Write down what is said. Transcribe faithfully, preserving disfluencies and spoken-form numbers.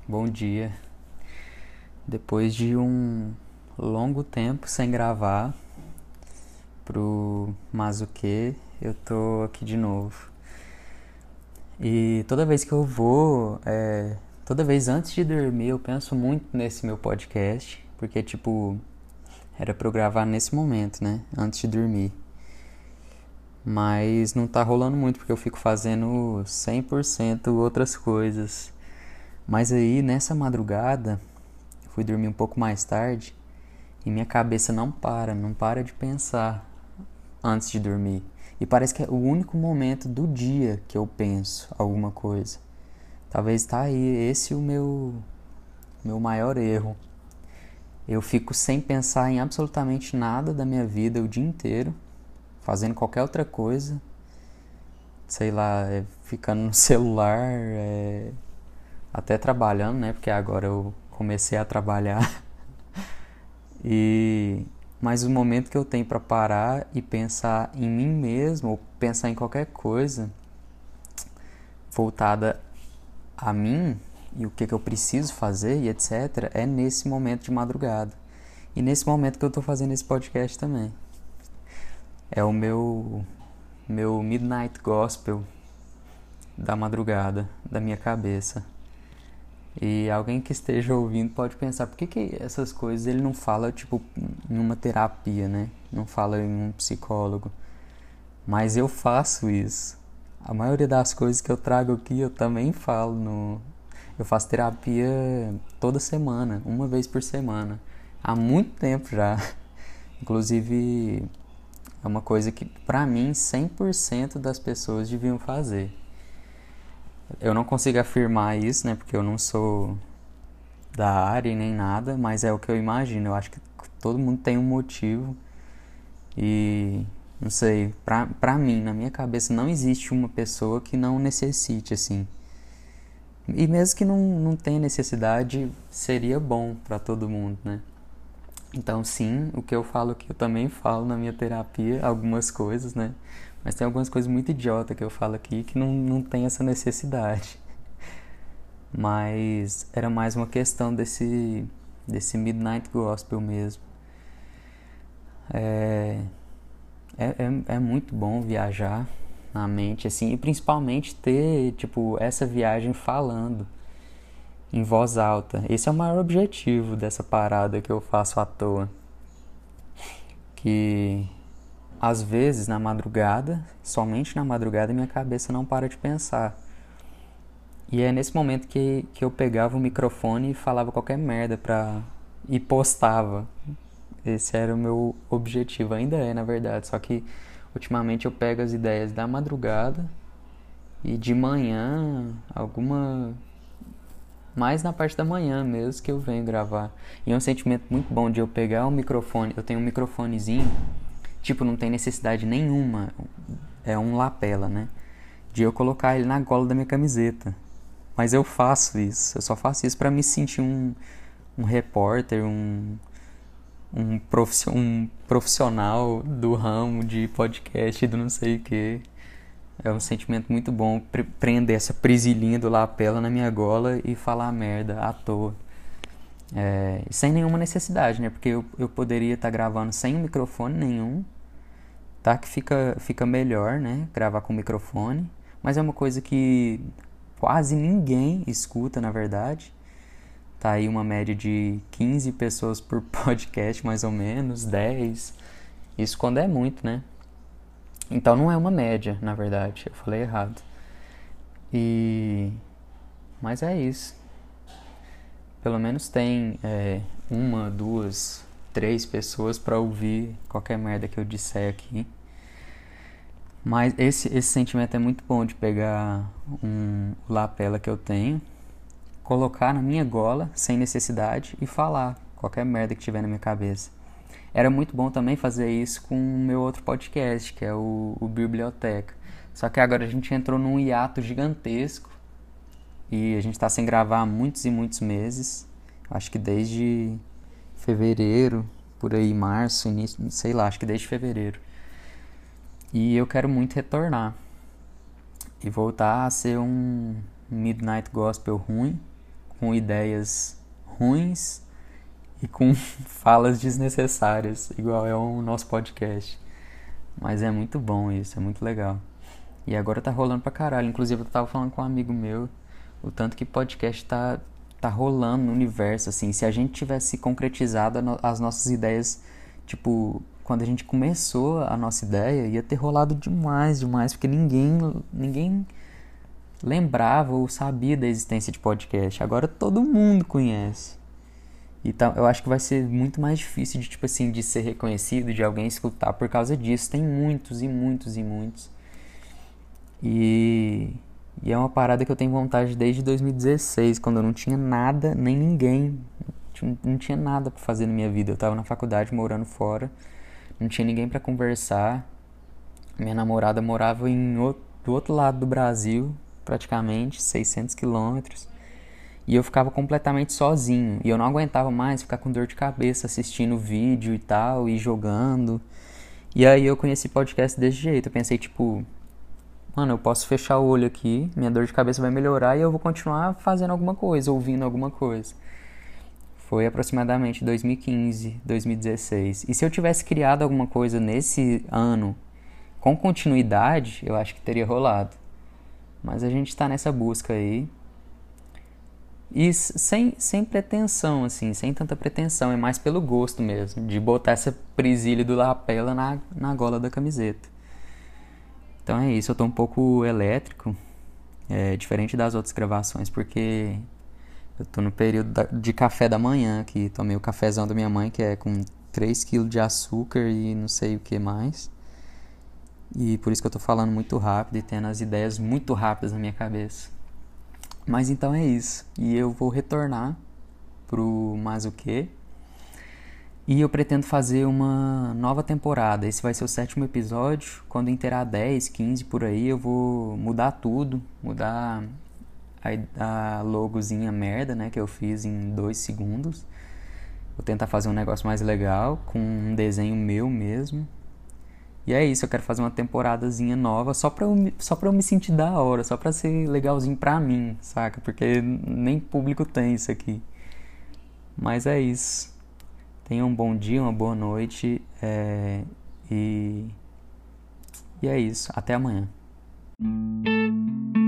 bom dia. Depois de um longo tempo sem gravar pro Mas o que, eu tô aqui de novo. E toda vez que eu vou, é, toda vez antes de dormir, eu penso muito nesse meu podcast, porque tipo, era pra eu gravar nesse momento, né? Antes de dormir. Mas não tá rolando muito, porque eu fico fazendo cem por cento outras coisas. Mas aí, nessa madrugada, fui dormir um pouco mais tarde e minha cabeça não para, não para de pensar antes de dormir. E parece que é o único momento do dia que eu penso alguma coisa. Talvez tá aí, esse é o meu, meu maior erro. Eu fico sem pensar em absolutamente nada da minha vida o dia inteiro, fazendo qualquer outra coisa. Sei lá, é, ficando no celular, é, até trabalhando, né? Porque agora eu comecei a trabalhar. E mas o momento que eu tenho para parar e pensar em mim mesmo ou pensar em qualquer coisa voltada a mim e o que, que eu preciso fazer e etc, é nesse momento de madrugada. E nesse momento que eu tô fazendo esse podcast também. É o meu meu midnight gospel da madrugada, da minha cabeça. E alguém que esteja ouvindo pode pensar, por que, que essas coisas ele não fala, tipo, numa terapia, né? Não fala em um psicólogo. Mas eu faço isso. A maioria das coisas que eu trago aqui eu também falo no... Eu faço terapia toda semana, uma vez por semana. Há muito tempo já. Inclusive, é uma coisa que, pra mim, cem por cento das pessoas deviam fazer. Eu não consigo afirmar isso, né? Porque eu não sou da área nem nada, mas é o que eu imagino. Eu acho que todo mundo tem um motivo e não sei, pra, pra mim, na minha cabeça, não existe uma pessoa que não necessite, assim. E mesmo que não, não tenha necessidade, seria bom pra todo mundo, né? Então, sim, o que eu falo aqui, eu também falo na minha terapia, algumas coisas, né? Mas tem algumas coisas muito idiota que eu falo aqui que não, não tem essa necessidade. Mas era mais uma questão desse, desse Midnight Gospel mesmo. É, é, é, é muito bom viajar na mente, assim, e principalmente ter, tipo, essa viagem falando em voz alta. Esse é o maior objetivo dessa parada que eu faço à toa. Que às vezes na madrugada, somente na madrugada, minha cabeça não para de pensar. E é nesse momento que, que eu pegava o microfone e falava qualquer merda pra... e postava. Esse era o meu objetivo, ainda é na verdade, só que ultimamente eu pego as ideias da madrugada e de manhã, alguma... mais na parte da manhã mesmo que eu venho gravar. E é um sentimento muito bom de eu pegar o microfone, eu tenho um microfonezinho, tipo, não tem necessidade nenhuma, é um lapela, né? De eu colocar ele na gola da minha camiseta. Mas eu faço isso, eu só faço isso pra me sentir um, um repórter, um, um, profission, um profissional do ramo de podcast e do não sei o que. É um sentimento muito bom pre- prender essa prisilinha do lapela na minha gola e falar merda à toa. É, sem nenhuma necessidade, né? Porque eu, eu poderia estar tá gravando sem um microfone nenhum, tá? Que fica, fica melhor, né? Gravar com microfone. Mas é uma coisa que quase ninguém escuta, na verdade. Tá aí uma média de quinze pessoas por podcast, mais ou menos, dez. Isso quando é muito, né? Então não é uma média, na verdade. Eu falei errado. E... Mas é isso. Pelo menos tem é, uma, duas, três pessoas pra ouvir qualquer merda que eu disser aqui. Mas esse, esse sentimento é muito bom de pegar um lapela que eu tenho, colocar na minha gola, sem necessidade, e falar qualquer merda que tiver na minha cabeça. Era muito bom também fazer isso com o meu outro podcast, que é o, o Biblioteca. Só que agora a gente entrou num hiato gigantesco e a gente tá sem gravar há muitos e muitos meses. Acho que desde fevereiro, por aí, março, início, sei lá, acho que desde fevereiro. E eu quero muito retornar e voltar a ser um Midnight Gospel ruim, com ideias ruins e com falas desnecessárias, igual é o nosso podcast. Mas é muito bom isso, é muito legal. E agora tá rolando pra caralho. Inclusive eu tava falando com um amigo meu o tanto que podcast tá, tá rolando no universo, assim. Se a gente tivesse concretizado as nossas ideias, tipo, quando a gente começou a nossa ideia, ia ter rolado demais, demais, porque ninguém, ninguém lembrava ou sabia da existência de podcast. Agora todo mundo conhece. Então eu acho que vai ser muito mais difícil de, tipo assim, de ser reconhecido, de alguém escutar por causa disso. Tem muitos e muitos e muitos. E, e é uma parada que eu tenho vontade desde dois mil e dezesseis, quando eu não tinha nada, nem ninguém. Não tinha nada pra fazer na minha vida. Eu tava na faculdade, morando fora. Não tinha ninguém pra conversar. Minha namorada morava em outro, do outro lado do Brasil, praticamente, seiscentos quilômetros. E eu ficava completamente sozinho. E eu não aguentava mais ficar com dor de cabeça assistindo vídeo e tal, e jogando. E aí eu conheci podcast desse jeito. Eu pensei, tipo, mano, eu posso fechar o olho aqui, minha dor de cabeça vai melhorar e eu vou continuar fazendo alguma coisa, ouvindo alguma coisa. Foi aproximadamente dois mil e quinze, dois mil e dezesseis. E se eu tivesse criado alguma coisa nesse ano com continuidade, eu acho que teria rolado. Mas a gente tá nessa busca aí. E sem, sem pretensão, assim, sem tanta pretensão, é mais pelo gosto mesmo, de botar essa presilha do lapela na, na gola da camiseta. Então é isso, eu tô um pouco elétrico, é, diferente das outras gravações, porque eu tô no período da, de café da manhã, que tomei o cafezão da minha mãe, que é com três quilos de açúcar e não sei o que mais. E por isso que eu tô falando muito rápido e tendo as ideias muito rápidas na minha cabeça. Mas então é isso. E eu vou retornar pro Mais o Quê. E eu pretendo fazer uma nova temporada. Esse vai ser o sétimo episódio. Quando inteirar dez, quinze por aí, eu vou mudar tudo. Mudar a, a logozinha merda, né? Que eu fiz em dois segundos. Vou tentar fazer um negócio mais legal, com um desenho meu mesmo. E é isso, eu quero fazer uma temporadazinha nova só pra, eu, só pra eu me sentir da hora, só pra ser legalzinho pra mim, saca? Porque nem público tem isso aqui. Mas é isso. Tenha um bom dia, uma boa noite. É, e, e é isso. Até amanhã.